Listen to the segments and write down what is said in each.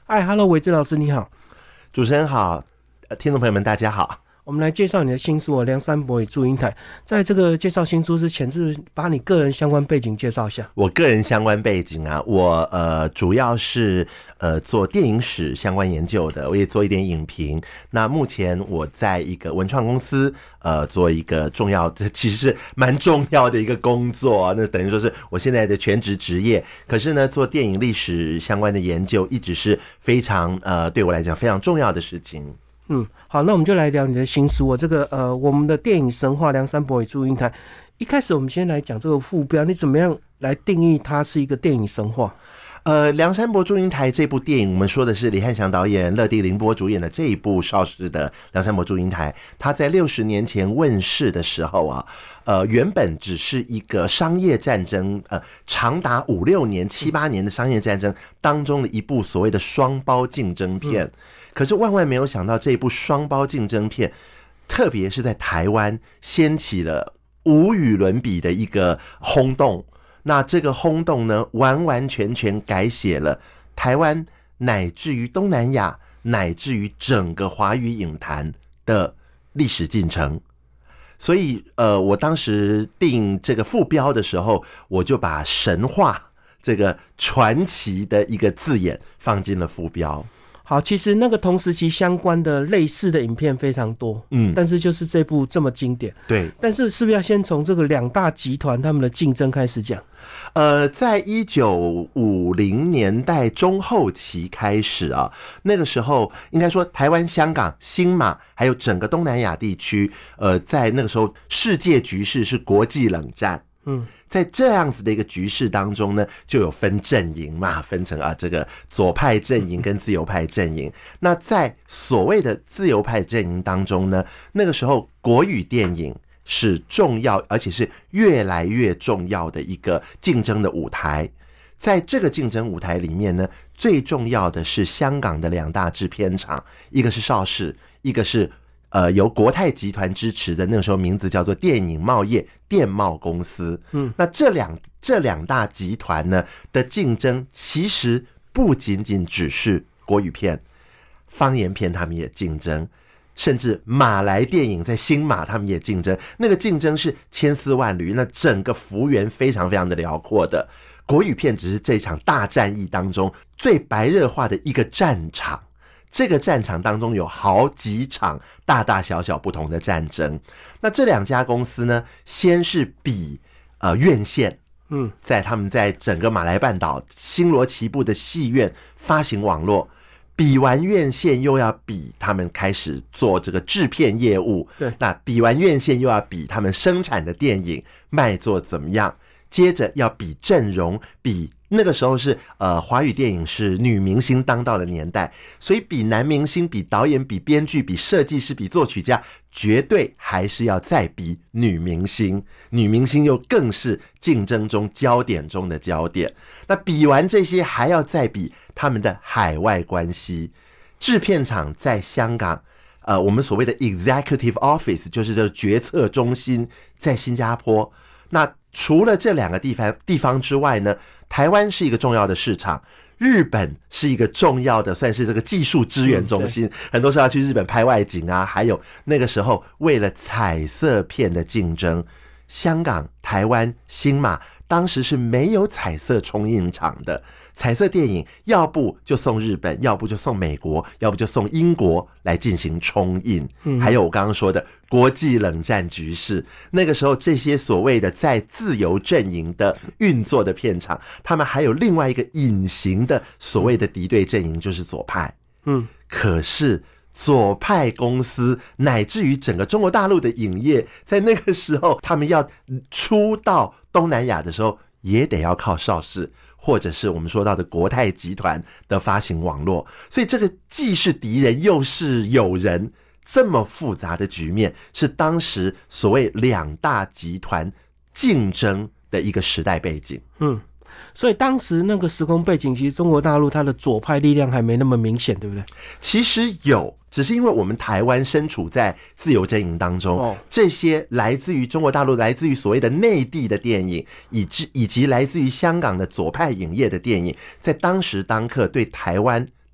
Hello， 伟志老师你好。 主持人好，听众朋友们大家好。 我们来介绍你的新书《梁山伯与祝英台》。在这个介绍新书之前，是不是把你个人相关背景介绍一下？ 我个人相关背景啊，我主要是做电影史相关研究的，我也做一点影评。那目前我在一个文创公司做一个重要的，其实是蛮重要的一个工作啊，那等于说是我现在的全职职业。可是呢，做电影历史相关的研究一直是非常对我来讲非常重要的事情。 好，那我们就来聊你的新书。我们的电影神话《梁山伯与祝英台》。一开始我们先来讲这个副标，你怎么样来定义它是一个电影神话？ 梁山伯祝英台这部电影，我们说的是李翰祥导演、乐蒂凌波主演的这一部邵氏的梁山伯祝英台。它在60年前问世的时候啊，原本只是一个商业战争，长达5、6年、7、8年的商业战争当中的一部所谓的双胞竞争片。可是万万没有想到，这一部双胞竞争片，特别是在台湾掀起了无与伦比的一个轰动。那这个轰动呢，完完全全改写了台湾乃至于东南亚乃至于整个华语影坛的历史进程。所以我当时定这个副标的时候，我就把神话这个传奇的一个字眼放进了副标。 好，其实那个同时期相关的类似的影片非常多，但是就是这部这么经典。 对， 但是是不是要先从这个两大集团他们的竞争开始讲？ 在1950年代中后期开始啊，那个时候应该说台湾、香港、新马还有整个东南亚地区，在那个时候世界局势是国际冷战。在这样子的一个局势当中呢，就有分阵营嘛，分成这个左派阵营跟自由派阵营。那在所谓的自由派阵营当中呢，那个时候国语电影是重要，而且是越来越重要的一个竞争的舞台。在这个竞争舞台里面呢，最重要的是香港的2大制片厂，一个是邵氏，一个是由国泰集团支持的，那个时候名字叫做电影贸业电贸公司。那这两大集团呢的竞争，其实不仅仅只是国语片，方言片他们也竞争，甚至马来电影在新马他们也竞争，那个竞争是千丝万缕，那整个幅员非常非常的辽阔的。国语片只是这场大战役当中最白热化的一个战场。这个战场当中有好几场大大小小不同的战争。那这2家公司呢，先是比院线，在他们在整个马来半岛星罗棋布的戏院发行网络，比完院线又要比他们开始做这个制片业务， 对， 那比完院线又要比他们生产的电影卖座怎么样，接着要比阵容，比那个时候是华语电影是女明星当道的年代，所以比男明星、比导演、比编剧、比设计师、比作曲家，绝对还是要再比女明星。女明星又更是竞争中焦点中的焦点。那比完这些，还要再比他们的海外关系。制片厂在香港，我们所谓的 executive office 就是这个决策中心在新加坡。那除了这2个地方之外呢，台湾是一个重要的市场，日本是一个重要的算是这个技术支援中心，很多时候要去日本拍外景啊。还有那个时候为了彩色片的竞争，香港、台湾、新马当时是没有彩色冲印厂的，彩色电影要不就送日本，要不就送美国，要不就送英国来进行冲印。还有我刚刚说的国际冷战局势，那个时候这些所谓的在自由阵营的运作的片场，他们还有另外一个隐形的所谓的敌对阵营，就是左派。可是左派公司乃至于整个中国大陆的影业，在那个时候他们要出到东南亚的时候，也得要靠邵氏或者是我们说到的国泰集团的发行网络。所以这个既是敌人又是友人，这么复杂的局面，是当时所谓2大集团竞争的一个时代背景。 所以当时那个时空背景，其实中国大陆它的左派力量还没那么明显，对不对？ 其实有，只是因为我们台湾身处在自由阵营当中，这些来自于中国大陆、来自于所谓的内地的电影，以及来自于香港的左派影业的电影，在当时当刻对台湾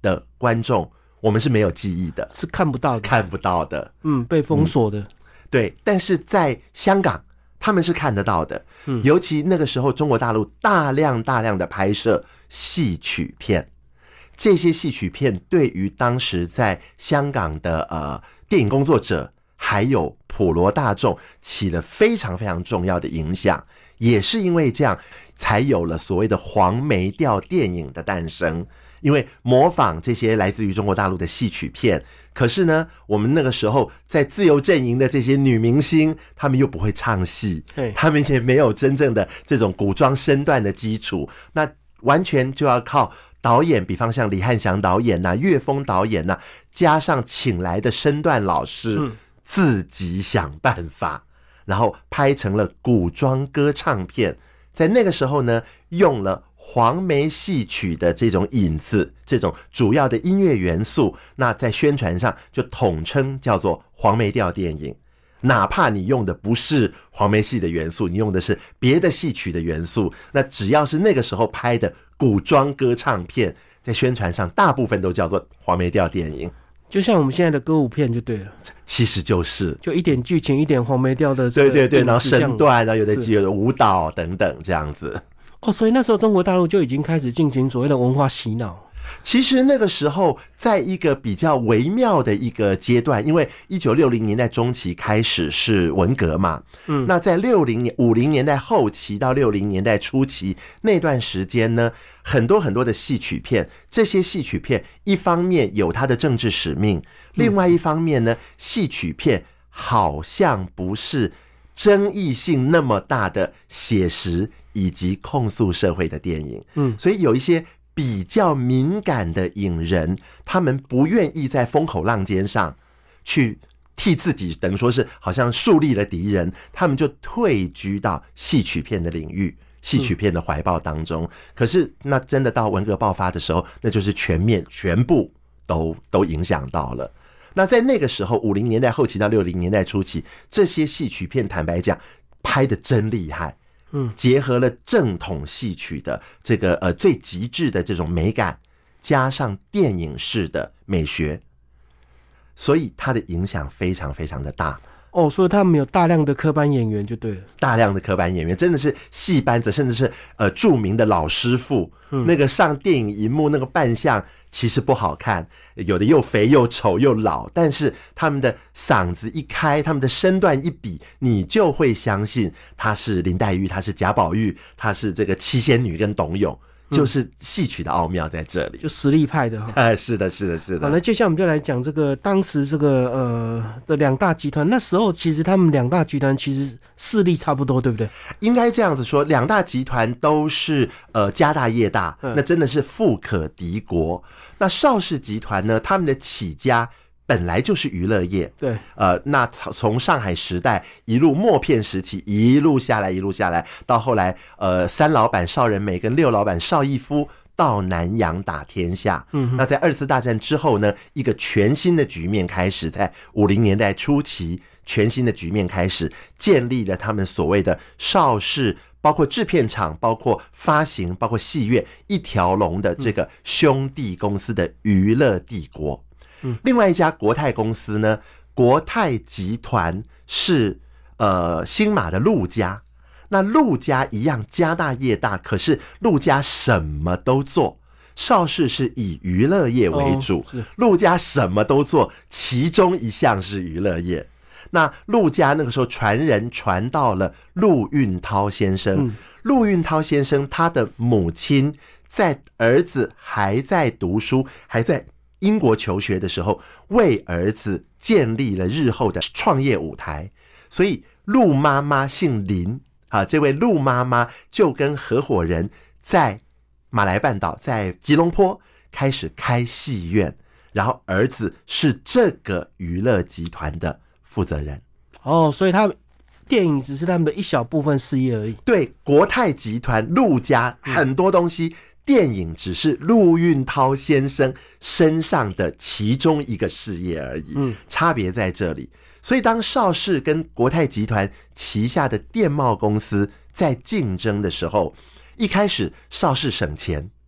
的观众，我们是没有记忆的， 是看不到的， 看不到的， 被封锁的， 对。但是在香港，他们是看得到的，尤其那个时候中国大陆大量的拍摄戏曲片，这些戏曲片对于当时在香港的电影工作者还有普罗大众起了非常非常重要的影响，也是因为这样才有了所谓的黄梅调电影的诞生。因为模仿这些来自于中国大陆的戏曲片，可是呢，我们那个时候在自由阵营的这些女明星，她们又不会唱戏，她们也没有真正的这种古装身段的基础，那完全就要靠导演，比方像李汉祥导演岳峰导演加上请来的身段老师，自己想办法，然后拍成了古装歌唱片。在那个时候呢，用了黄梅戏曲的这种影子，这种主要的音乐元素，那在宣传上就统称叫做黄梅调电影。哪怕你用的不是黄梅戏的元素，你用的是别的戏曲的元素，那只要是那个时候拍的古装歌唱片，在宣传上大部分都叫做黄梅调电影。 就像我们现在的歌舞片就对了， 其实就是就一点剧情，一点黄梅调的， 对，然后身段，然后有的舞蹈等等这样子。 所以那时候中国大陆就已经开始进行所谓的文化洗脑。 其实那个时候在一个比较微妙的一个阶段，因为1960年代中期开始是文革嘛，那在50年代后期到60年代初期那段时间呢，很多的戏曲片，这些戏曲片一方面有它的政治使命，另外一方面呢，戏曲片好像不是争议性那么大的写实以及控诉社会的电影，所以有一些比较敏感的影人，他们不愿意在风口浪尖上去替自己等于说是好像树立了敌人，他们就退居到戏曲片的领域，戏曲片的怀抱当中。可是那真的到文革爆发的时候，那就是全部都影响到了。那在那个时候50年代后期到60年代初期，这些戏曲片坦白讲拍得真厉害，结合了正统戏曲的这个最极致的这种美感，加上电影式的美学，所以它的影响非常非常的大。 所以他们有大量的科班演员就对了， 大量的科班演员，真的是戏班子，甚至是著名的老师傅，那个上电影荧幕那个扮相其实不好看，有的又肥又丑又老，但是他们的嗓子一开，他们的身段一比，你就会相信他是林黛玉，他是贾宝玉，他是这个七仙女跟董永，就是戏曲的奥妙在这里， 就实力派的是的。 好，那接下来我们就来讲这个当时这个的两大集团。那时候其实他们两大集团其实势力差不多，对不对？ 应该这样子说，两大集团都是家大业大，那真的是富可敌国。那邵氏集团呢，他们的起家本来就是娱乐业， 对， 那从上海时代一路默片时期一路下来，到后来三老板邵仁美跟六老板邵逸夫到南洋打天下。那在2次大战之后呢，一个全新的局面开始，在50年代初期，全新的局面开始，建立了他们所谓的邵氏，包括制片厂，包括发行，包括戏院一条龙的这个兄弟公司的娱乐帝国。另外一家国泰公司呢，国泰集团是新马的陆家。那陆家一样家大业大，可是陆家什么都做，邵氏是以娱乐业为主，陆家什么都做，其中一项是娱乐业。那陆家那个时候传人传到了陆运涛先生，陆运涛先生他的母亲在儿子还在读书，还在英国求学的时候，为儿子建立了日后的创业舞台。所以陆妈妈姓林这位陆妈妈就跟合伙人在马来半岛，在吉隆坡开始开戏院，然后儿子是这个娱乐集团的负责人。 所以他们电影只是他们的一小部分事业而已。 对，国泰集团陆家很多东西，电影只是陆运涛先生身上的其中一个事业而已，差别在这里。所以当邵氏跟国泰集团旗下的电贸公司在竞争的时候，一开始邵氏省钱，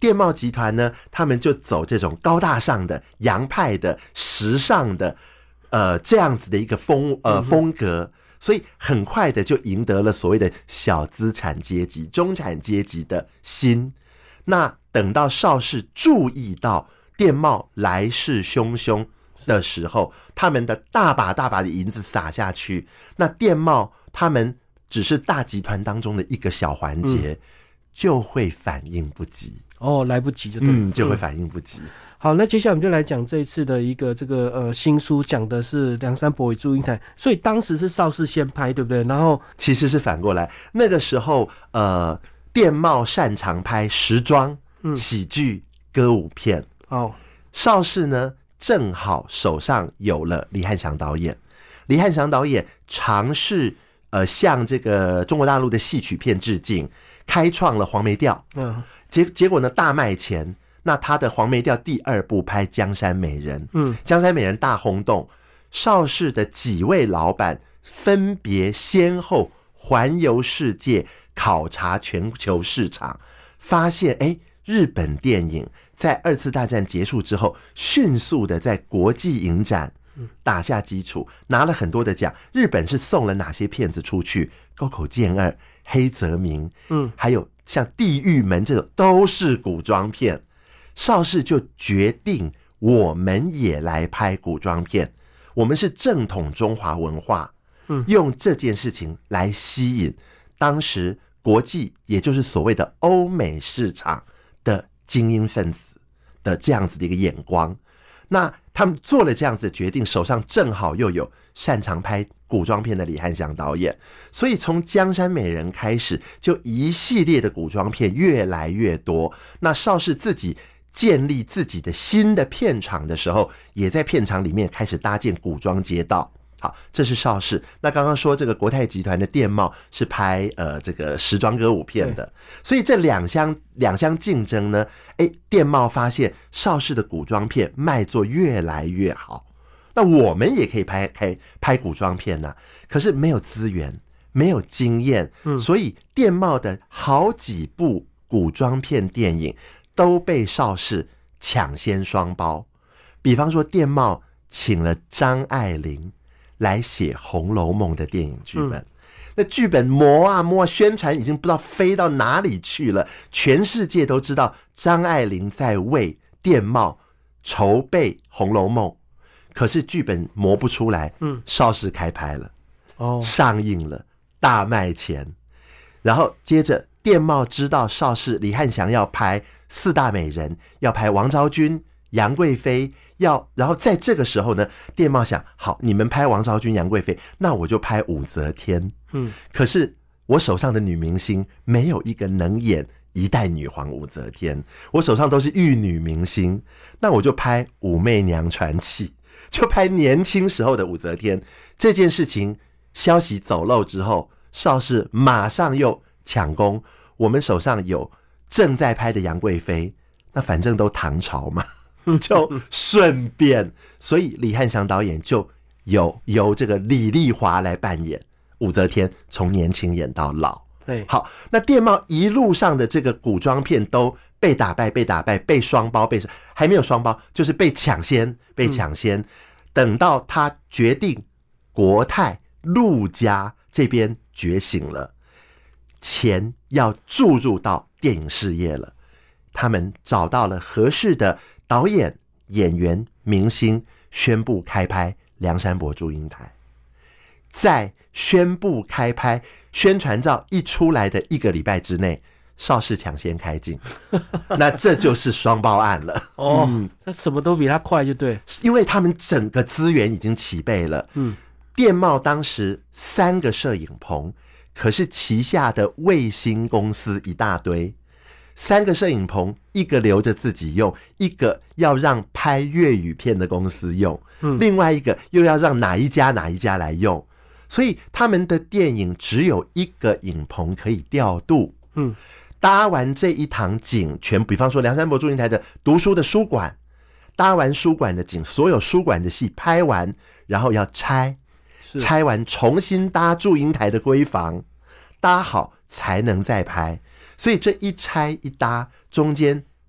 电茂集团呢，他们就走这种高大上的、洋派的、时尚的，这样子的一个风格，所以很快的就赢得了所谓的小资产阶级、中产阶级的心。那等到邵氏注意到电茂来势汹汹的时候，他们的大把大把的银子撒下去，那电茂他们只是大集团当中的一个小环节，就会反应不及。 来不及就对了， 就会反应不及。 好，那接下来我们就来讲这一次的一个新书，讲的是梁山伯与祝英台，所以当时是邵氏先拍，对不对？然后其实是反过来，那个时候电茂擅长拍时装、喜剧、歌舞片。邵氏呢正好手上有了李汉祥导演，李汉祥导演尝试向这个中国大陆的戏曲片致敬，开创了黄梅调。结果呢大卖钱，那他的黄梅调第2部拍江山美人，江山美人大轰动，邵氏的几位老板分别先后环游世界，考察全球市场，发现日本电影在2次大战结束之后，迅速的在国际影展打下基础，拿了很多的奖。日本是送了哪些片子出去？沟口健二、黑泽明，还有像地狱门这种都是古装片。邵氏就决定我们也来拍古装片，我们是正统中华文化，用这件事情来吸引当时国际也就是所谓的欧美市场的精英分子的这样子的一个眼光。那他们做了这样子的决定，手上正好又有擅长拍古装片的李汉祥导演，所以从江山美人开始，就一系列的古装片越来越多。那邵氏自己建立自己的新的片场的时候，也在片场里面开始搭建古装街道。好，这是邵氏。那刚刚说这个国泰集团的电茂是拍这个时装歌舞片的，所以这两相竞争呢，电茂发现邵氏的古装片卖座越来越好，那我们也可以拍古装片啊，可是没有资源，没有经验，所以电茂的好几部古装片电影都被邵氏抢先双包。比方说电茂请了张爱玲来写《红楼梦》的电影剧本，那剧本磨啊磨，宣传已经不知道飞到哪里去了，全世界都知道张爱玲在为电茂筹备《红楼梦》，可是剧本磨不出来，邵氏开拍了，上映了，大卖钱，然后接着电茂知道邵氏李汉祥要拍4大美人，要拍王昭君、杨贵妃，然后在这个时候呢，电茂想，好，你们拍王昭君、杨贵妃，那我就拍武则天。可是我手上的女明星没有一个能演一代女皇武则天，我手上都是玉女明星，那我就拍武媚娘传奇，就拍年轻时候的武则天。这件事情消息走漏之后，邵氏马上又抢攻，我们手上有正在拍的杨贵妃，那反正都唐朝嘛，就顺便，所以李汉祥导演就由这个李丽华来扮演武则天，从年轻演到老。好，那电茂一路上的这个古装片都被打败，被双包，还没有双包，就是被抢先。等到他决定国泰、陆家这边觉醒了，钱要注入到电影事业了，他们找到了合适的导演、演员、明星，宣布开拍《梁山伯祝英台》。在宣布开拍宣传照一出来的1个礼拜之内，邵氏抢先开镜，那这就是双报案了。 那什么都比他快就对， 因为他们整个资源已经齐备了。电茂当时3个摄影棚，可是旗下的卫星公司一大堆，3个摄影棚，一个留着自己用，一个要让拍粤语片的公司用，另外一个又要让哪一家来用，所以他们的电影只有1个影棚可以调度。搭完这一堂景，比方说梁山伯祝英台的读书的书馆，搭完书馆的景，所有书馆的戏拍完，然后要拆完重新搭祝英台的闺房，搭好才能再拍。所以这一拆一搭中间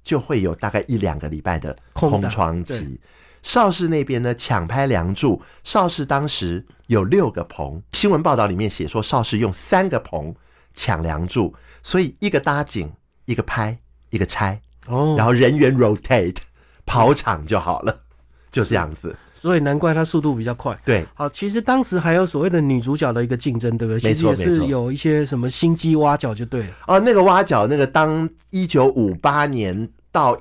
就会有大概1-2个礼拜的空窗期。邵氏那边呢，抢拍《梁祝》，邵氏当时有6个棚，新闻报道里面写说邵氏用3个棚抢《梁祝》，所以一个搭景，一个拍，一个拆，然后人员 rotate 跑场就好了，就这样子。 所以难怪它速度比较快。 对， 好，其实当时还有所谓的女主角的一个竞争，对不对？ 没错， 其实也是有一些什么心机挖角就对了。 哦，那个挖角，那个当1958年到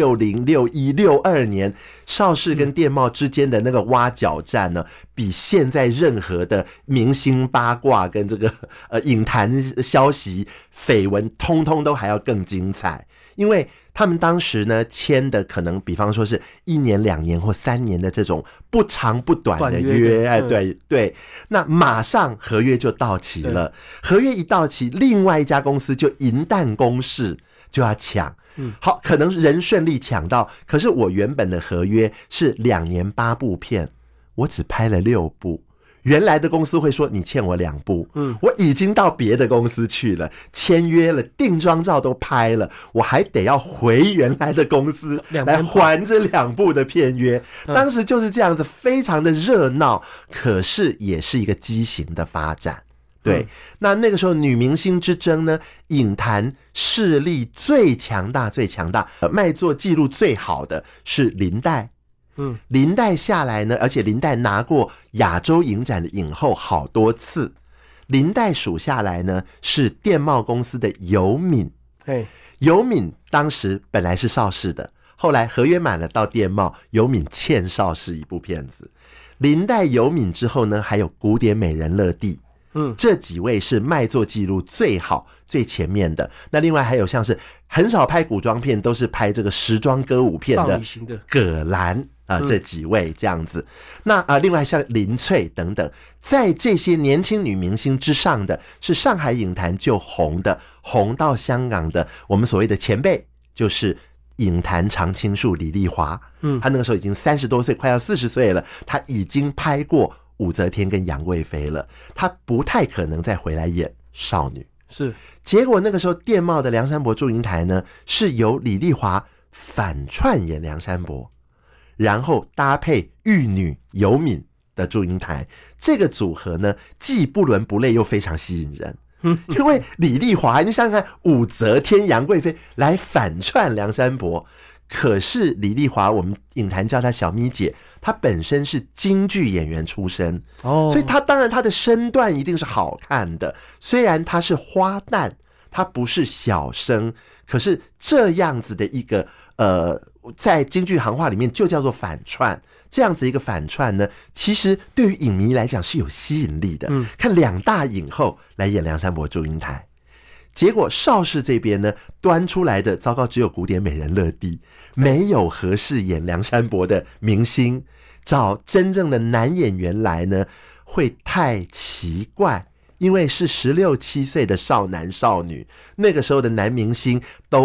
1960、61、62年，邵氏跟电懋之间的那个挖角战呢，比现在任何的明星八卦跟这个影坛消息绯闻，通通都还要更精彩，因为他们当时呢签的可能比方说是1年、2年或3年的这种不长不短的约，对，那马上合约就到期了，合约一到期，另外一家公司就银弹攻势就要抢。好，可能人顺利抢到，可是我原本的合约是2年8部片，我只拍了6部。原来的公司会说你欠我2部，我已经到别的公司去了，签约了，定妆照都拍了，我还得要回原来的公司来还这2部的片约。当时就是这样子，非常的热闹，可是也是一个畸形的发展。对，那个时候女明星之争呢，影坛势力最强大、卖座记录最好的是林黛。林黛下来呢，而且林黛拿过亚洲影展的影后好多次。林黛数下来呢，是电懋公司的尤敏。尤敏当时本来是邵氏的，后来合约满了到电懋，尤敏欠邵氏一部片子。林黛、尤敏之后呢，还有古典美人乐蒂。这几位是卖座记录最好最前面的。那另外还有像是很少拍古装片，都是拍这个时装歌舞片的葛兰这几位这样子。那另外像林翠等等，在这些年轻女明星之上的是上海影坛就红到香港的我们所谓的前辈，就是影坛常青树李丽华。她那个时候已经30多岁，快要40岁了，她已经拍过武则天跟杨贵妃了，她不太可能再回来演少女。 是， 结果那个时候电懋的梁山伯祝英台呢，是由李丽华反串演梁山伯，然后搭配玉女尤敏的祝英台，这个组合呢，既不伦不类又非常吸引人。因为李丽华，你想想看，武则天、杨贵妃来反串梁山伯，可是李丽华，我们影坛叫她小咪姐，她本身是京剧演员出身，所以她当然她的身段一定是好看的。虽然她是花旦，她不是小生，可是这样子的一个在京剧行话里面就叫做反串。这样子一个反串呢，其实对于影迷来讲是有吸引力的。看2大影后来演梁山伯祝英台。结果邵氏这边呢，端出来的糟糕，只有古典美人乐蒂，没有合适演梁山伯的明星，找真正的男演员来呢，会太奇怪，因为是16、17岁的少男少女，那个时候的男明星都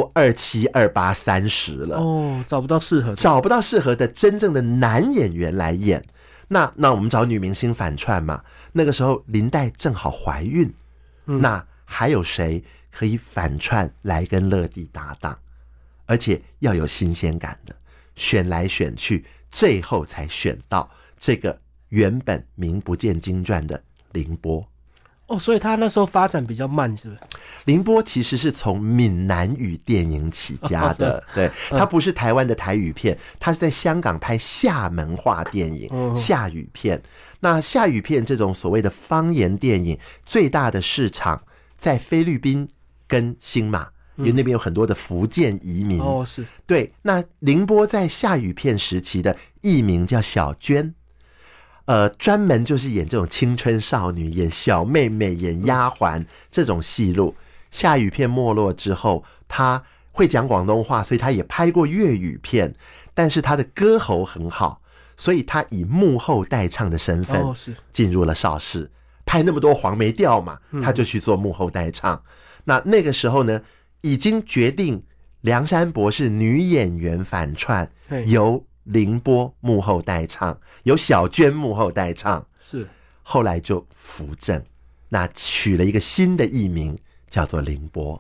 27、28、30了， 找不到适合的真正的男演员来演。那我们找女明星反串嘛，那个时候林黛正好怀孕，那还有谁可以反串来跟乐蒂搭档，而且要有新鲜感的？选来选去，最后才选到这个原本名不见经传的凌波。所以他那时候发展比较慢，是不是？ 凌波其实是从闽南语电影起家的，对，他不是台湾的台语片，他是在香港拍厦门话电影，厦语片。那厦语片这种所谓的方言电影，最大的市场在菲律宾跟新马，因为那边有很多的福建移民。 是，对。 那凌波在厦语片时期的艺名叫小娟。专门就是演这种青春少女，演小妹妹，演丫鬟这种戏路。厦语片没落之后，她会讲广东话，所以她也拍过粤语片，但是她的歌喉很好，所以她以幕后代唱的身份进入了邵氏，拍那么多黄梅调嘛，她就去做幕后代唱。那个时候呢，已经决定梁山伯是女演员反串，由凌波幕后代唱，由小娟幕后代唱， 是后来就扶正，那取了一个新的艺名叫做凌波。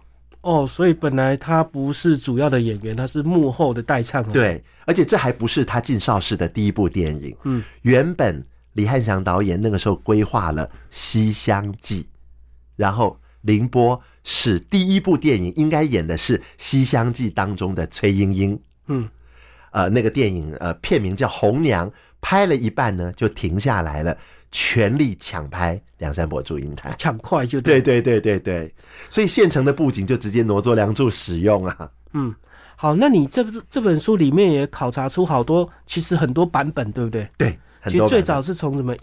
哦，所以本来他不是主要的演员，他是幕后的代唱。 对，而且这还不是他进邵氏的第一部电影。原本李翰祥导演那个时候规划了《西厢记》，然后凌波是第一部电影应该演的是《西厢记》当中的崔莺莺。那个电影片名叫《红娘》，拍了一半呢就停下来了，全力抢拍梁山伯祝英台， 抢快就对，所以现成的布景就直接挪作梁祝使用啊。 好，那你这本书里面也考察出好多，其实很多版本，对不对？ 对。 其实最早是从什么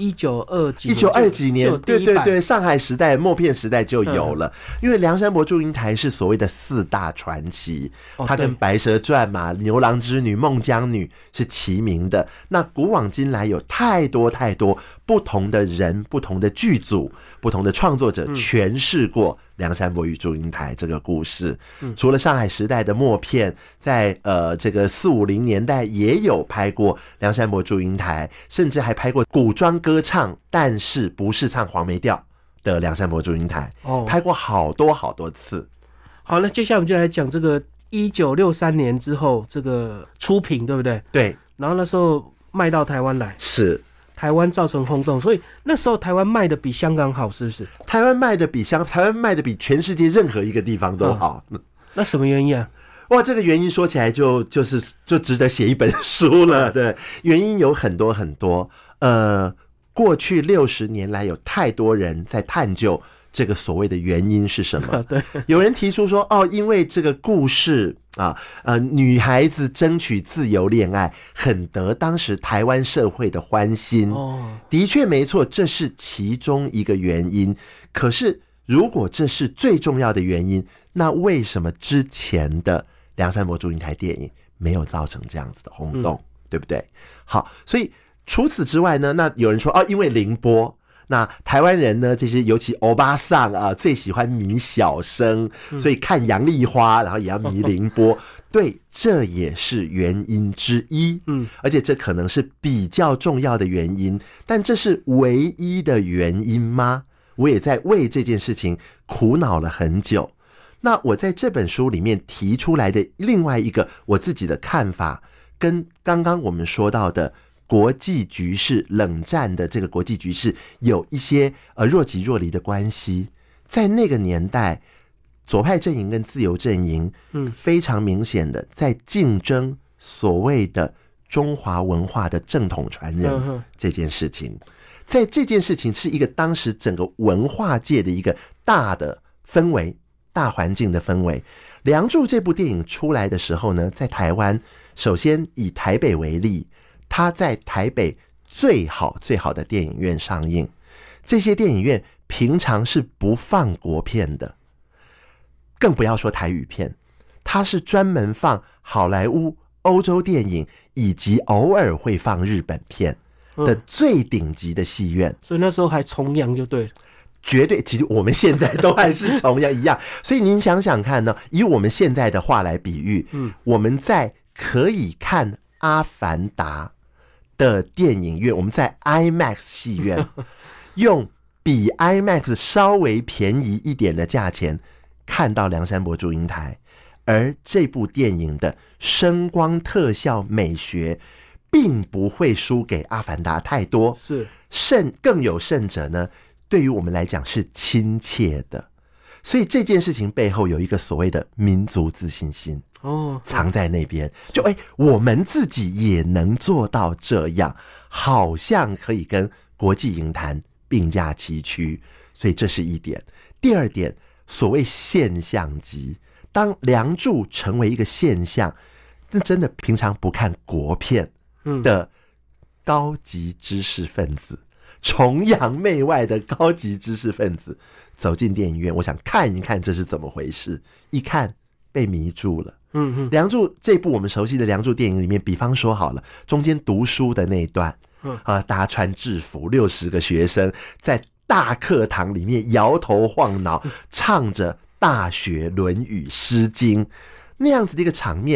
1920几年，对，上海时代默片时代就有了。因为梁山伯祝英台是所谓的4大传奇，它跟白蛇传嘛、牛郎织女、孟姜女是齐名的。那古往今来有太多不同的人、不同的剧组、不同的创作者诠释过梁山伯与祝英台这个故事。除了上海时代的默片，在这个450年代也有拍过梁山伯祝英台，甚至还拍过古装歌唱，但是不是唱黄梅调的梁山伯祝英台，拍过好多次。 好，那接下来我们就来讲这个1963年之后这个出品，对不对？ 对。 然后那时候卖到台湾来， 是。 台湾造成轰动，所以那时候台湾卖的比香港好，是不是？ 台湾卖的比全世界任何一个地方都好。 那什么原因啊？ 哇，这个原因说起来就值得写一本书了。对，原因有很多。过去60年来，有太多人在探究这个所谓的原因是什么。 对， 有人提出说，因为这个故事女孩子争取自由恋爱，很得当时台湾社会的欢心。的确没错，这是其中一个原因。可是如果这是最重要的原因，那为什么之前的梁山伯祝英台电影没有造成这样子的轰动，对不对？好，所以除此之外呢，那有人说因为凌波。那台湾人呢，这些尤其欧巴桑最喜欢迷小生，所以看杨丽花，然后也要迷凌波。对，这也是原因之一。而且这可能是比较重要的原因，但这是唯一的原因吗？我也在为这件事情苦恼了很久。那我在这本书里面提出来的另外一个我自己的看法，跟刚刚我们说到的国际局势，冷战的这个国际局势有一些若即若离的关系。在那个年代，左派阵营跟自由阵营非常明显的在竞争所谓的中华文化的正统传人这件事情。在这件事情是一个当时整个文化界的一个大的氛围、大环境的氛围。《梁祝》这部电影出来的时候呢，在台湾，首先以台北为例，它在台北最好的电影院上映，这些电影院平常是不放国片的，更不要说台语片，它是专门放好莱坞、欧洲电影，以及偶尔会放日本片的最顶级的戏院。 所以那时候还崇洋就对了。 绝对，其实我们现在都还是崇洋一样。所以您想想看呢，以我们现在的话来比喻，我们在可以看《阿凡达》的电影院，我们在 IMAX 戏院用比 IMAX 稍微便宜一点的价钱看到梁山伯祝英台，而这部电影的声光特效美学并不会输给阿凡达太多，更有甚者呢，对于我们来讲是亲切的。所以这件事情背后有一个所谓的民族自信心藏在那边，就我们自己也能做到这样，好像可以跟国际影坛并驾齐驱。所以这是一点。第二点，所谓现象级，当梁祝成为一个现象，那真的平常不看国片的高级知识分子，崇洋媚外的高级知识分子走进电影院，我想看一看这是怎么回事，一看被迷住了。梁祝这部我们熟悉的梁祝电影里面，比方说好了，中间读书的那一段，大家穿制服，60个学生在大课堂里面摇头晃脑，唱着大学、论语、诗经，那样子的一个场面，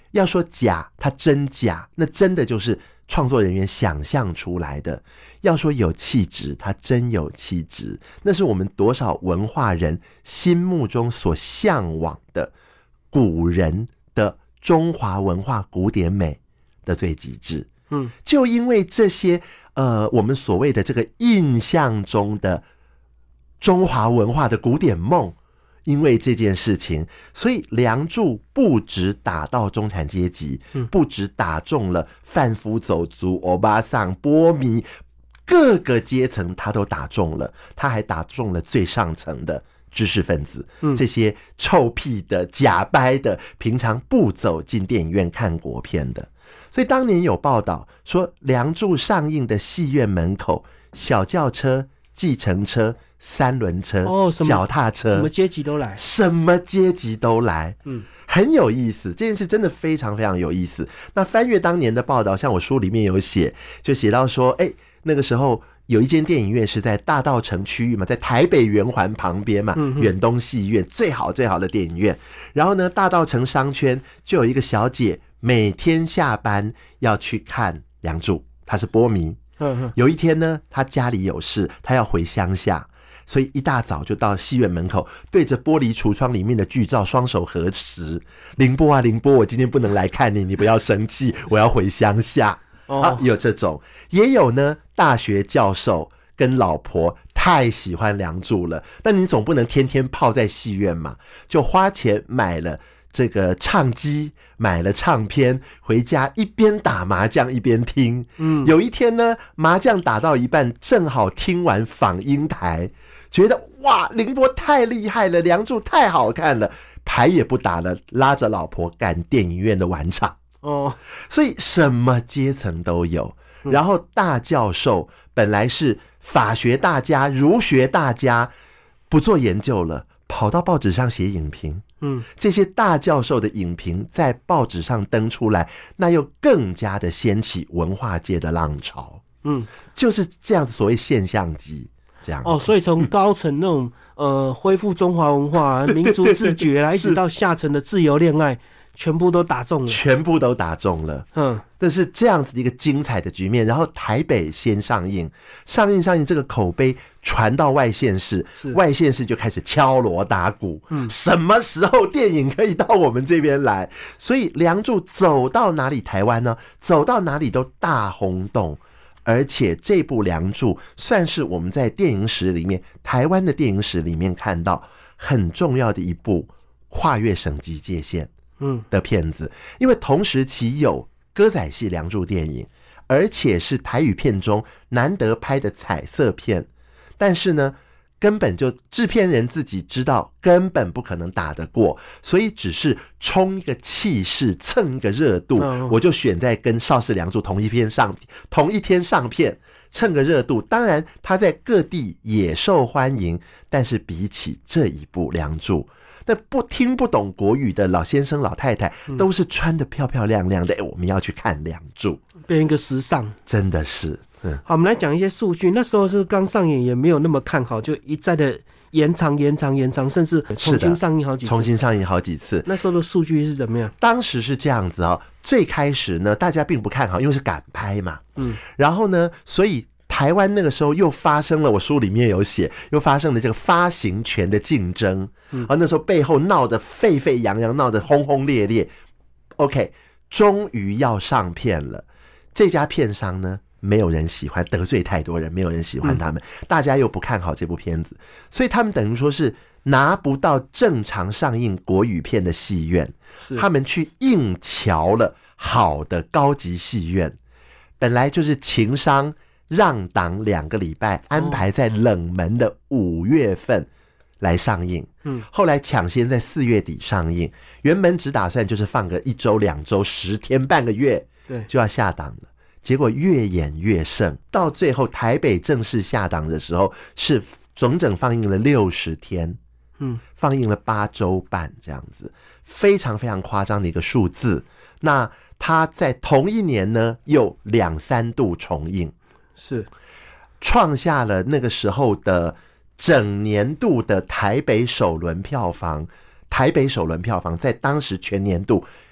要说假，它真假，那真的就是创作人员想象出来的；要说有气质，它真有气质，那是我们多少文化人心目中所向往的古人的中华文化古典美的最极致。就因为这些我们所谓的这个印象中的中华文化的古典梦，因为这件事情，所以梁祝不只打到中产阶级，不只打中了贩夫走卒、欧巴桑、波米，各个阶层他都打中了，他还打中了最上层的知识分子，这些臭屁的、假掰的，平常不走进电影院看国片的。所以当年有报道说，梁祝上映的戏院门口，小轿车、计程车、三轮车、脚踏车， 什么阶级都来， 什么阶级都来，很有意思。这件事真的非常非常有意思。那翻阅当年的报道，像我书里面有写，就写到说，那个时候有一间电影院是在大稻埕区域嘛，在台北圆环旁边嘛，远东戏院最好最好的电影院。然后呢，大稻埕商圈就有一个小姐，每天下班要去看梁祝，她是波迷。有一天呢，她家里有事，她要回乡下，所以一大早就到戏院门口，对着玻璃橱窗里面的剧照双手合十，凌波啊凌波，我今天不能来看你，你不要生气，我要回乡下。有这种，也有呢，大学教授跟老婆太喜欢梁祝了，但你总不能天天泡在戏院嘛，就花钱买了这个唱机，买了唱片，回家一边打麻将一边听。有一天呢，麻将打到一半，正好听完访英台，觉得哇，凌波太厉害了，梁祝太好看了，牌也不打了，拉着老婆赶电影院的晚场。所以什么阶层都有。然后大教授本来是法学大家、儒学大家，不做研究了，跑到报纸上写影评。这些大教授的影评在报纸上登出来，那又更加的掀起文化界的浪潮。就是这样子，所谓现象级这样。 所以从高层那种恢复中华文化、民族自觉啦，一直到下层的自由恋爱，全部都打中了， 全部都打中了。这是这样子的一个精彩的局面。然后台北先上映，这个口碑传到外县市，外县市就开始敲锣打鼓，什么时候电影可以到我们这边来？所以梁祝走到哪里，台湾呢？走到哪里都大轰动。而且这部梁祝算是我们在电影史里面，台湾的电影史里面看到很重要的一部跨越省级界限的片子。因为同时期有歌仔戏梁祝电影，而且是台语片中难得拍的彩色片，但是呢，根本就制片人自己知道根本不可能打得过，所以只是冲一个气势，蹭一个热度，我就选在跟邵氏梁祝同一天上片，蹭个热度。当然他在各地也受欢迎，但是比起这一部梁祝，那听不懂国语的老先生老太太都是穿得漂漂亮亮的，我们要去看梁祝， 变一个时尚， 真的是。 好，我们来讲一些数据。那时候是刚上映，也没有那么看好，就一再的延长，甚至重新上映好几次。那时候的数据是怎么样？ 当时是这样子最开始呢，大家并不看好，因为是赶拍嘛。然后呢，所以台湾那个时候又发生了，我书里面有写，又发生了这个发行权的竞争。那时候背后闹得沸沸扬扬，闹得轰轰烈烈。OK， 终于要上片了，这家片商呢，没有人喜欢，得罪太多人，没有人喜欢他们，大家又不看好这部片子，所以他们等于说是拿不到正常上映国语片的戏院，他们去硬瞧了好的高级戏院，本来就是情商让档2个礼拜，安排在冷门的5月份来上映。后来抢先在4月底上映，原本只打算就是放个1周2周10天半个月就要下档了，结果越演越盛，到最后台北正式下档的时候是整整放映了60天，放映了8周半，这样子非常非常夸张的一个数字。那他在同一年呢又2-3度重映， 是创下了那个时候的整年度的台北首轮票房在当时全年度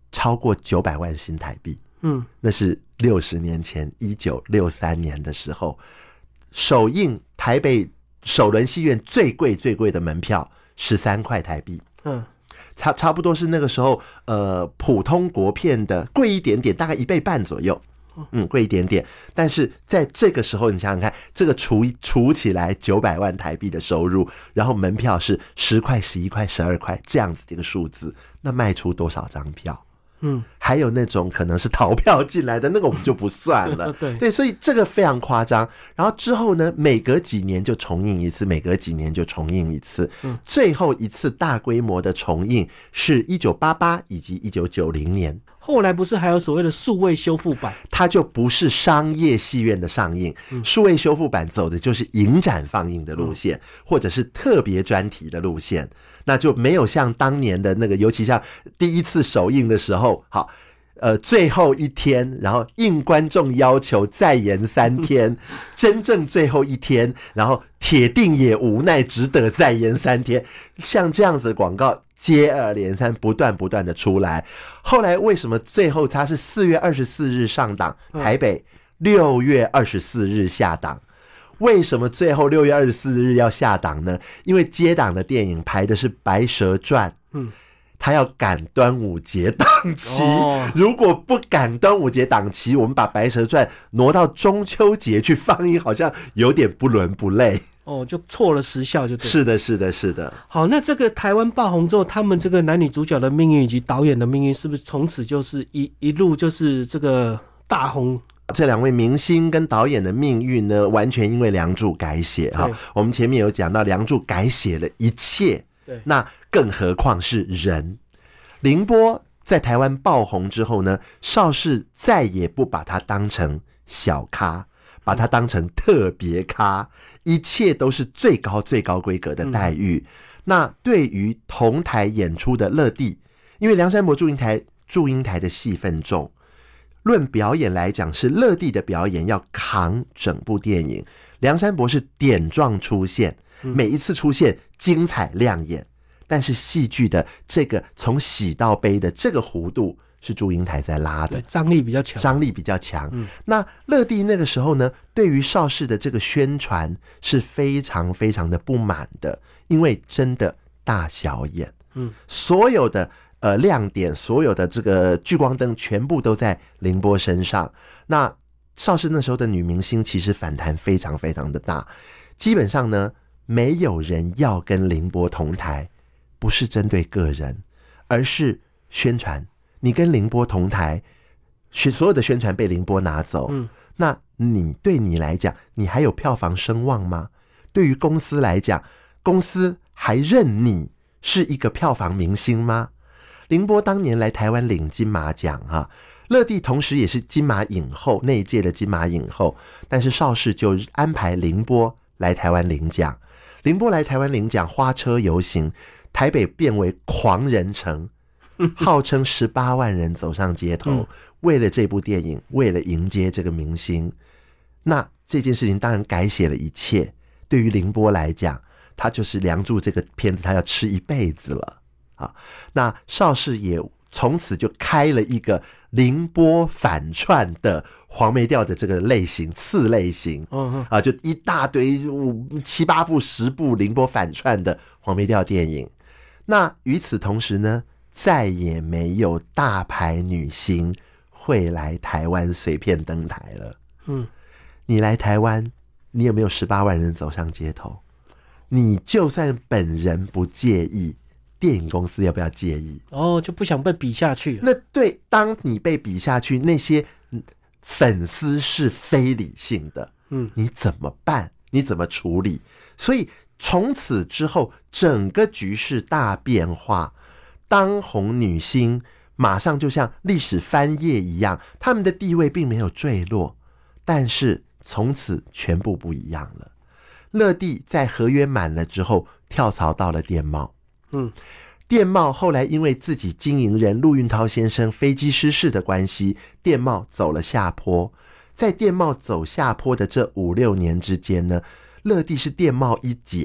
超过900万新台币。那是60年前1963年的时候，首映台北首轮戏院最贵的门票13块台币。差不多是那个时候普通国片的贵一点点，大概1倍半左右。贵一点点，但是在这个时候，你想想看，这个除起来900万台币的收入，然后门票是10块、11块、12块这样子的一个数字，那卖出多少张票？还有那种可能是逃票进来的那个我们就不算了。对，所以这个非常夸张。然后之后呢，每隔几年就重映一次，每隔几年就重映一次。最后一次大规模的重映是1988以及1990年。 后来不是还有所谓的数位修复版？ 它就不是商业戏院的上映，数位修复版走的就是影展放映的路线，或者是特别专题的路线，那就没有像当年的那个，尤其像第一次首映的时候，好，最后一天，然后应观众要求再延3天，真正最后一天，然后铁定也无奈只得再延3天，像这样子的广告接二连三，不断的出来。后来为什么最后它是4月24日上档，台北6月24日下档？为什么最后6月24日要下档呢？因为接档的电影排的是《白蛇传》，他要赶端午节档期，如果不赶端午节档期，我们把《白蛇传》挪到中秋节去放映，好像有点不伦不类。 就错了时效就对了。 是的。 好，那这个台湾爆红之后，他们这个男女主角的命运以及导演的命运，是不是从此就是一路就是这个大红？ 这2位明星跟导演的命运呢，完全因为梁祝改写哈。我们前面有讲到，梁祝改写了一切，那更何况是人。凌波在台湾爆红之后呢，邵氏再也不把他当成小咖，把他当成特别咖，一切都是最高规格的待遇。那对于同台演出的乐蒂，因为梁山伯祝英台的戏份重，论表演来讲，是乐蒂的表演要扛整部电影。梁山伯是点状出现，每一次出现精彩亮眼，但是戏剧的这个从喜到悲的这个弧度是祝英台在拉的， 张力比较强。那乐蒂那个时候呢，对于邵氏的这个宣传是非常的不满的，因为真的大小眼，所有的亮点，所有的这个聚光灯全部都在凌波身上。那邵氏那时候的女明星其实反弹非常的大，基本上呢，没有人要跟凌波同台，不是针对个人，而是宣传。你跟凌波同台，所有的宣传被凌波拿走，那对你来讲，你还有票房声望吗？对于公司来讲，公司还认你是一个票房明星吗？凌波当年来台湾领金马奖哈，乐蒂同时也是金马影后，那一届的金马影后，但是邵氏就安排凌波来台湾领奖。凌波来台湾领奖，花车游行，台北变为狂人城，号称18万人走上街头，为了这部电影，为了迎接这个明星。那这件事情当然改写了一切，对于凌波来讲，他就是梁祝这个片子他要吃一辈子了。那邵氏也从此就开了一个凌波反串的黄梅调的这个类型，次类型，就一大堆7、8部、10部凌波反串的黄梅调电影。那与此同时呢，再也没有大牌女星会来台湾随便登台了。你来台湾，你有没有18万人走上街头？你就算本人不介意，电影公司要不要介意？ 就不想被比下去。 那对，当你被比下去，那些粉丝是非理性的，你怎么办？你怎么处理？所以从此之后，整个局势大变化，当红女星马上就像历史翻页一样，她们的地位并没有坠落，但是从此全部不一样了。乐蒂在合约满了之后跳槽到了电懋，电懋后来因为自己经营人陆运涛先生飞机失事的关系，电懋走了下坡。在电懋走下坡的这5、6年之间呢，乐蒂是电懋一姐，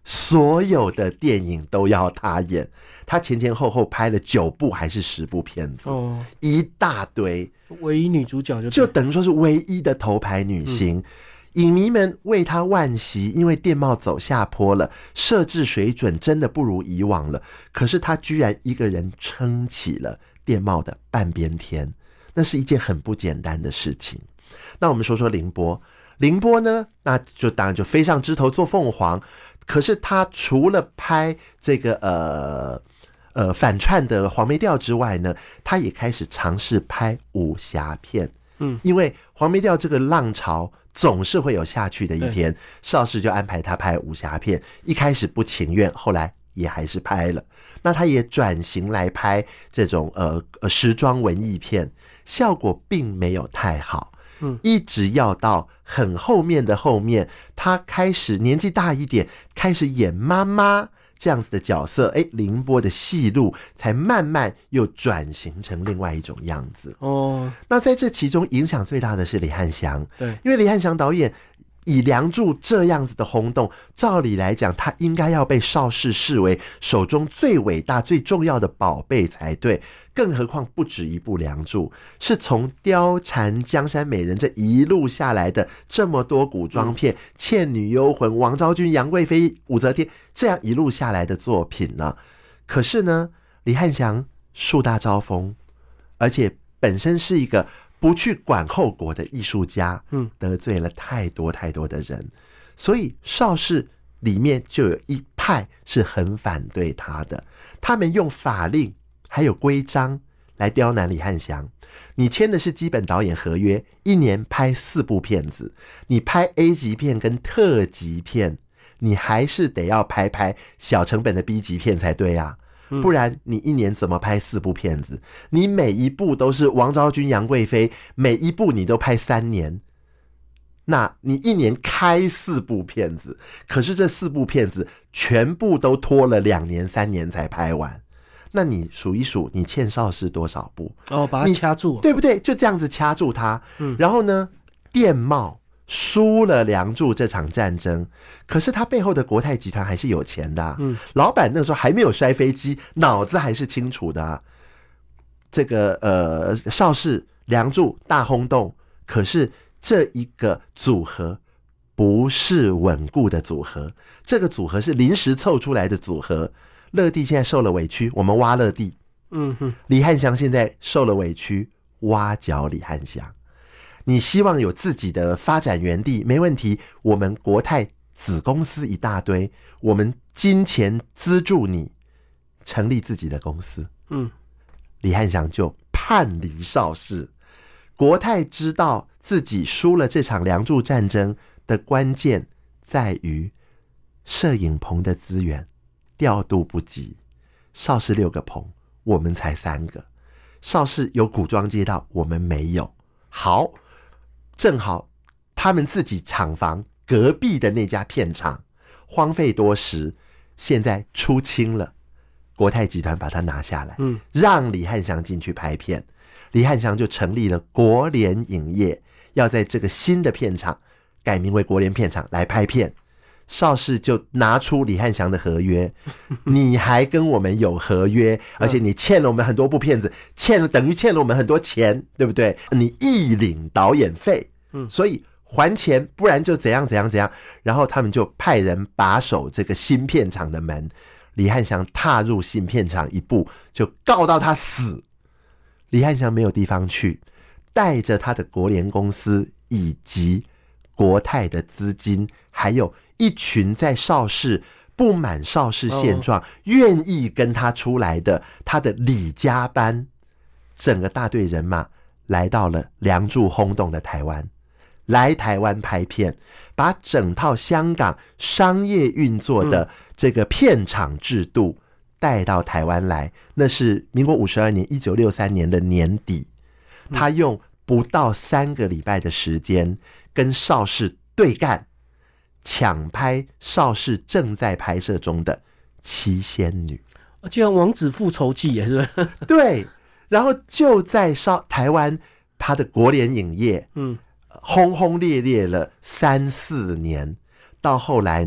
所有的电影都要他演，他前前后后拍了9部还是10部片子，一大堆， 唯一女主角就等于说是唯一的头牌女星。影迷们为他惋惜，因为电懋走下坡了，摄制水准真的不如以往了。可是他居然一个人撑起了电懋的半边天，那是一件很不简单的事情。那我们说说凌波，凌波呢，那就当然就飞上枝头做凤凰。可是他除了拍这个反串的黄梅调之外呢，他也开始尝试拍武侠片。因为黄梅调这个浪潮总是会有下去的一天，邵氏就安排他拍武侠片，一开始不情愿，后来也还是拍了。那他也转型来拍这种时装文艺片，效果并没有太好。一直要到很后面的后面，他开始年纪大一点，开始演妈妈这样子的角色，凌波的戏路才慢慢又转型成另外一种样子。那在这其中影响最大的是李翰祥，对，因为李翰祥导演以《梁祝》这样子的轰动，照理来讲他应该要被邵氏视为手中最伟大最重要的宝贝才对，更何况不止一部《梁祝》，是从貂蝉、江山美人这一路下来的这么多古装片，倩女幽魂、王昭君、杨贵妃、武则天，这样一路下来的作品呢。可是呢，李翰祥树大招风，而且本身是一个不去管后果的艺术家，得罪了太多太多的人，所以邵氏里面就有一派是很反对他的，他们用法令还有规章来刁难李翰祥。你签的是基本导演合约，1年拍4部片子，你拍 A 级片跟特级片，你还是得要拍小成本的 B 级片才对啊，不然你1年怎么拍4部片子？你每一部都是王昭君、杨贵妃，每一部你都拍3年，那你1年开4部片子，可是这4部片子全部都拖了2年3年才拍完，那你数一数，你欠邵氏多少部？ 把它掐住， 对不对？就这样子掐住它。然后呢，电懋输了梁祝这场战争，可是他背后的国泰集团还是有钱的啊。老板那时候还没有摔飞机，脑子还是清楚的啊。这个邵氏、梁祝大轰动，可是这一个组合不是稳固的组合，这个组合是临时凑出来的组合。乐蒂现在受了委屈，我们挖乐蒂。李翰祥现在受了委屈，挖角李翰祥。你希望有自己的发展园地，没问题，我们国泰子公司一大堆，我们金钱资助你成立自己的公司。李翰祥就叛离邵氏。国泰知道自己输了这场梁祝战争的关键在于摄影棚的资源调度不及，邵氏6个棚，我们才3个，邵氏有古装街道，我们没有。好，正好他们自己厂房隔壁的那家片场荒废多时，现在出清了，国泰集团把它拿下来，让李翰祥进去拍片。李翰祥就成立了国联影业，要在这个新的片场改名为国联片场来拍片。邵氏就拿出李翰祥的合约，你还跟我们有合约，而且你欠了我们很多部片子，等于欠了我们很多钱，对不对？你一领导演费，所以还钱，不然就怎样怎样怎样。然后他们就派人把守这个新片场的门，李翰祥踏入新片场一步就告到他死。李翰祥没有地方去，带着他的国联公司以及国泰的资金，还有一群在邵氏不满邵氏现状，愿意跟他出来的他的李家班，整个大队人马来到了梁祝轰动的台湾，来台湾拍片，把整套香港商业运作的这个片场制度带到台湾来。那是民国52年1963年的年底，他用不到3个礼拜的时间跟邵氏对干，抢拍邵氏正在拍摄中的《七仙女》， 就像《王子复仇记》也是。 对，然后就在台湾他的国联影业轰轰烈烈了3-4年，到后来呢，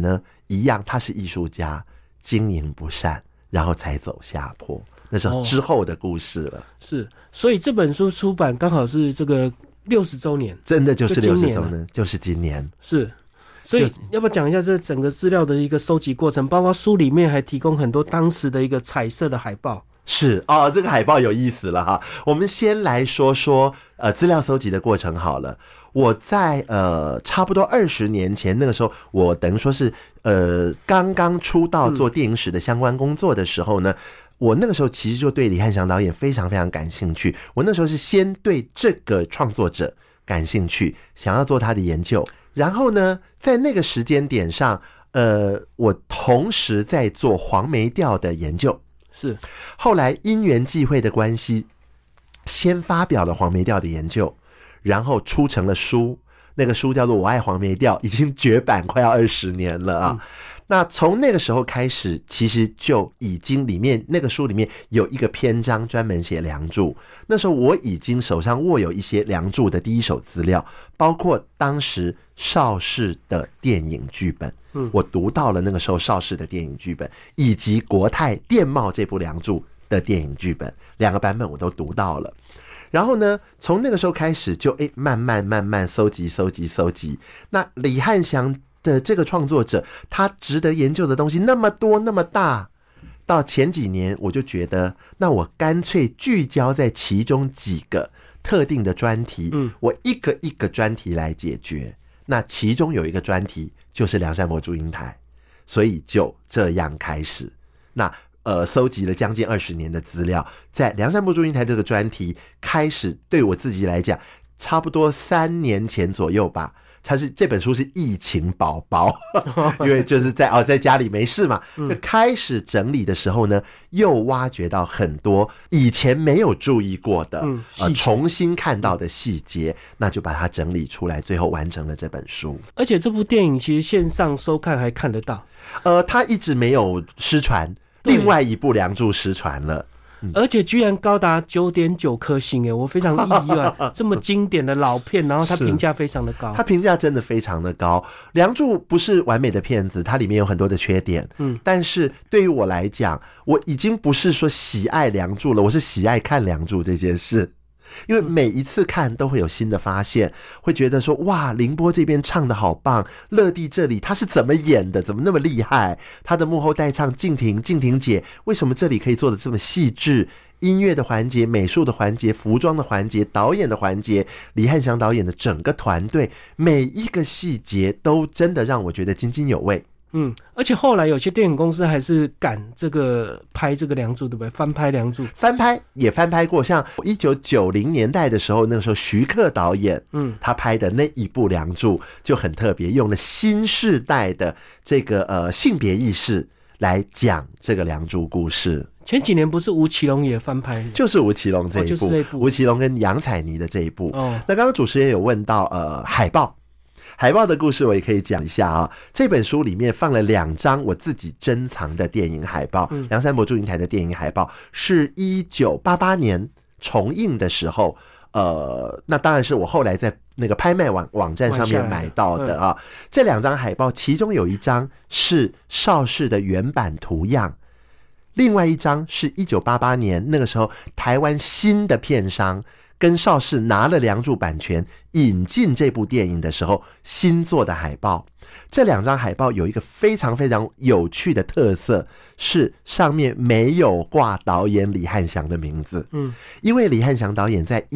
一样，他是艺术家，经营不善，然后才走下坡。那是之后的故事了。 是，所以这本书出版刚好是这个60周年， 真的就是60周年，就是今年。 是，所以要不要讲一下这整个资料的一个收集过程？包括书里面还提供很多当时的一个彩色的海报。 是哦，这个海报有意思了哈。我们先来说说资料搜集的过程好了。我在差不多20年前，那个时候我等于说是刚刚出道做电影史的相关工作的时候呢，我那个时候其实就对李翰祥导演非常非常感兴趣。我那时候是先对这个创作者感兴趣，想要做他的研究。然后呢，在那个时间点上，我同时在做黄梅调的研究。 是， 后来因缘际会的关系，先发表了黄梅调的研究，然后出成了书。那个书叫做《我爱黄梅调》，已经绝版快要20年了啊。那从那个时候开始，其实就已经那个书里面有一个篇章专门写梁祝。那时候我已经手上握有一些梁祝的第一手资料，包括当时邵氏的电影剧本。我读到了那个时候邵氏的电影剧本，以及国泰电懋这部梁祝的电影剧本，2个版本我都读到了。然后呢，从那个时候开始就慢慢搜集。那李翰祥的这个创作者，他值得研究的东西那么多那么大，到前几年我就觉得，那我干脆聚焦在其中几个特定的专题，我一个一个专题来解决。那其中有一个专题就是梁山伯祝英台，所以就这样开始。那搜集了将近20年的资料，在梁山伯祝英台这个专题开始，对我自己来讲，差不多3年前左右吧。这本书是疫情宝宝，因为就是在家里没事嘛，开始整理的时候呢，又挖掘到很多以前没有注意过的，重新看到的细节，那就把它整理出来，最后完成了这本书。 而且这部电影其实线上收看还看得到， 它一直没有失传，另外一部《梁祝》失传了。 而且居然高达9.9颗星，我非常意外，这么经典的老片，然后它评价非常的高， 它评价真的非常的高。梁祝不是完美的片子，它里面有很多的缺点，但是对于我来讲，我已经不是说喜爱梁祝了，我是喜爱看梁祝这件事。因为每一次看都会有新的发现，会觉得说哇，凌波这边唱的好棒，乐蒂这里他是怎么演的，怎么那么厉害，他的幕后代唱静婷姐为什么这里可以做的这么细致，音乐的环节、美术的环节、服装的环节、导演的环节，李翰祥导演的整个团队每一个细节都真的让我觉得津津有味。 而且后来有些电影公司还是敢拍这个梁祝，对不对？翻拍梁祝， 翻拍过，像1990年代的时候，那个时候徐克导演，他拍的那一部梁祝就很特别，用了新世代的这个性别意识来讲这个梁祝故事。 前几年不是吴奇隆也翻拍， 就是吴奇隆这一部，吴奇隆跟杨采妮的这一部。那刚刚主持人有问到海报的故事，我也可以讲一下啊。这本书里面放了2张我自己珍藏的电影海报，梁山伯祝英台的电影海报是1988年重映的时候，那当然是我后来在那个拍卖网站上面买到的啊。这2张海报，其中有一张是邵氏的原版图样，另外一张是1988年那个时候台湾新的片商跟邵氏拿了梁祝版权引进这部电影的时候新做的海报。这2张海报有一个非常非常有趣的特色，是上面没有挂导演李翰祥的名字。因为李翰祥导演在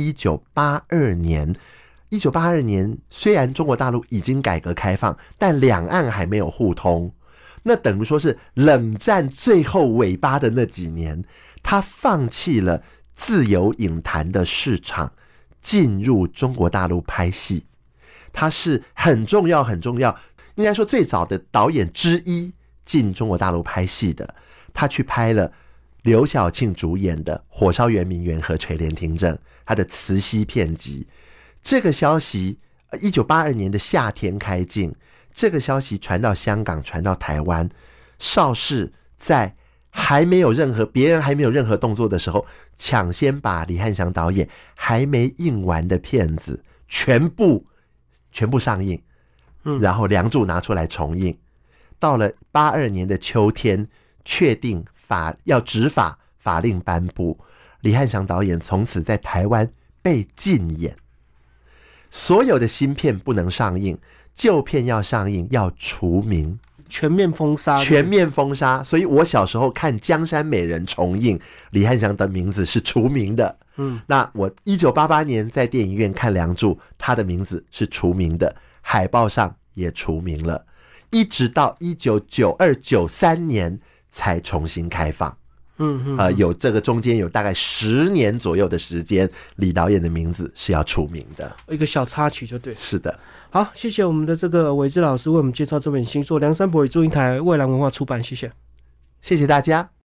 1982年虽然中国大陆已经改革开放，但两岸还没有互通，那等于说是冷战最后尾巴的那几年，他放弃了自由影坛的市场，进入中国大陆拍戏。他是很重要，应该说最早的导演之一进中国大陆拍戏的。他去拍了刘晓庆主演的《火烧圆明园》和《垂帘听政》，他的慈禧片集。这个消息1982年的夏天开镜，这个消息传到香港，传到台湾，邵氏在别人还没有任何动作的时候，抢先把李翰祥导演还没映完的片子全部上映，然后梁祝拿出来重映。 到了82年的秋天，确定要执法令颁布，李翰祥导演从此在台湾被禁演，所有的新片不能上映，旧片要上映要除名， 全面封杀。 全面封杀。所以我小时候看《江山美人》重映，李翰祥的名字是除名的。那我1988年在电影院看《梁祝》，他的名字是除名的，海报上也除名了，一直到1992、93年才重新开放。有这个中间有大概10年左右的时间，李导演的名字是要除名的， 一个小插曲就对。 是的。 好，谢谢我们的这个伟志老师为我们介绍这本新作《梁山伯与祝英台》，蔚蓝文化出版，谢谢， 谢谢大家。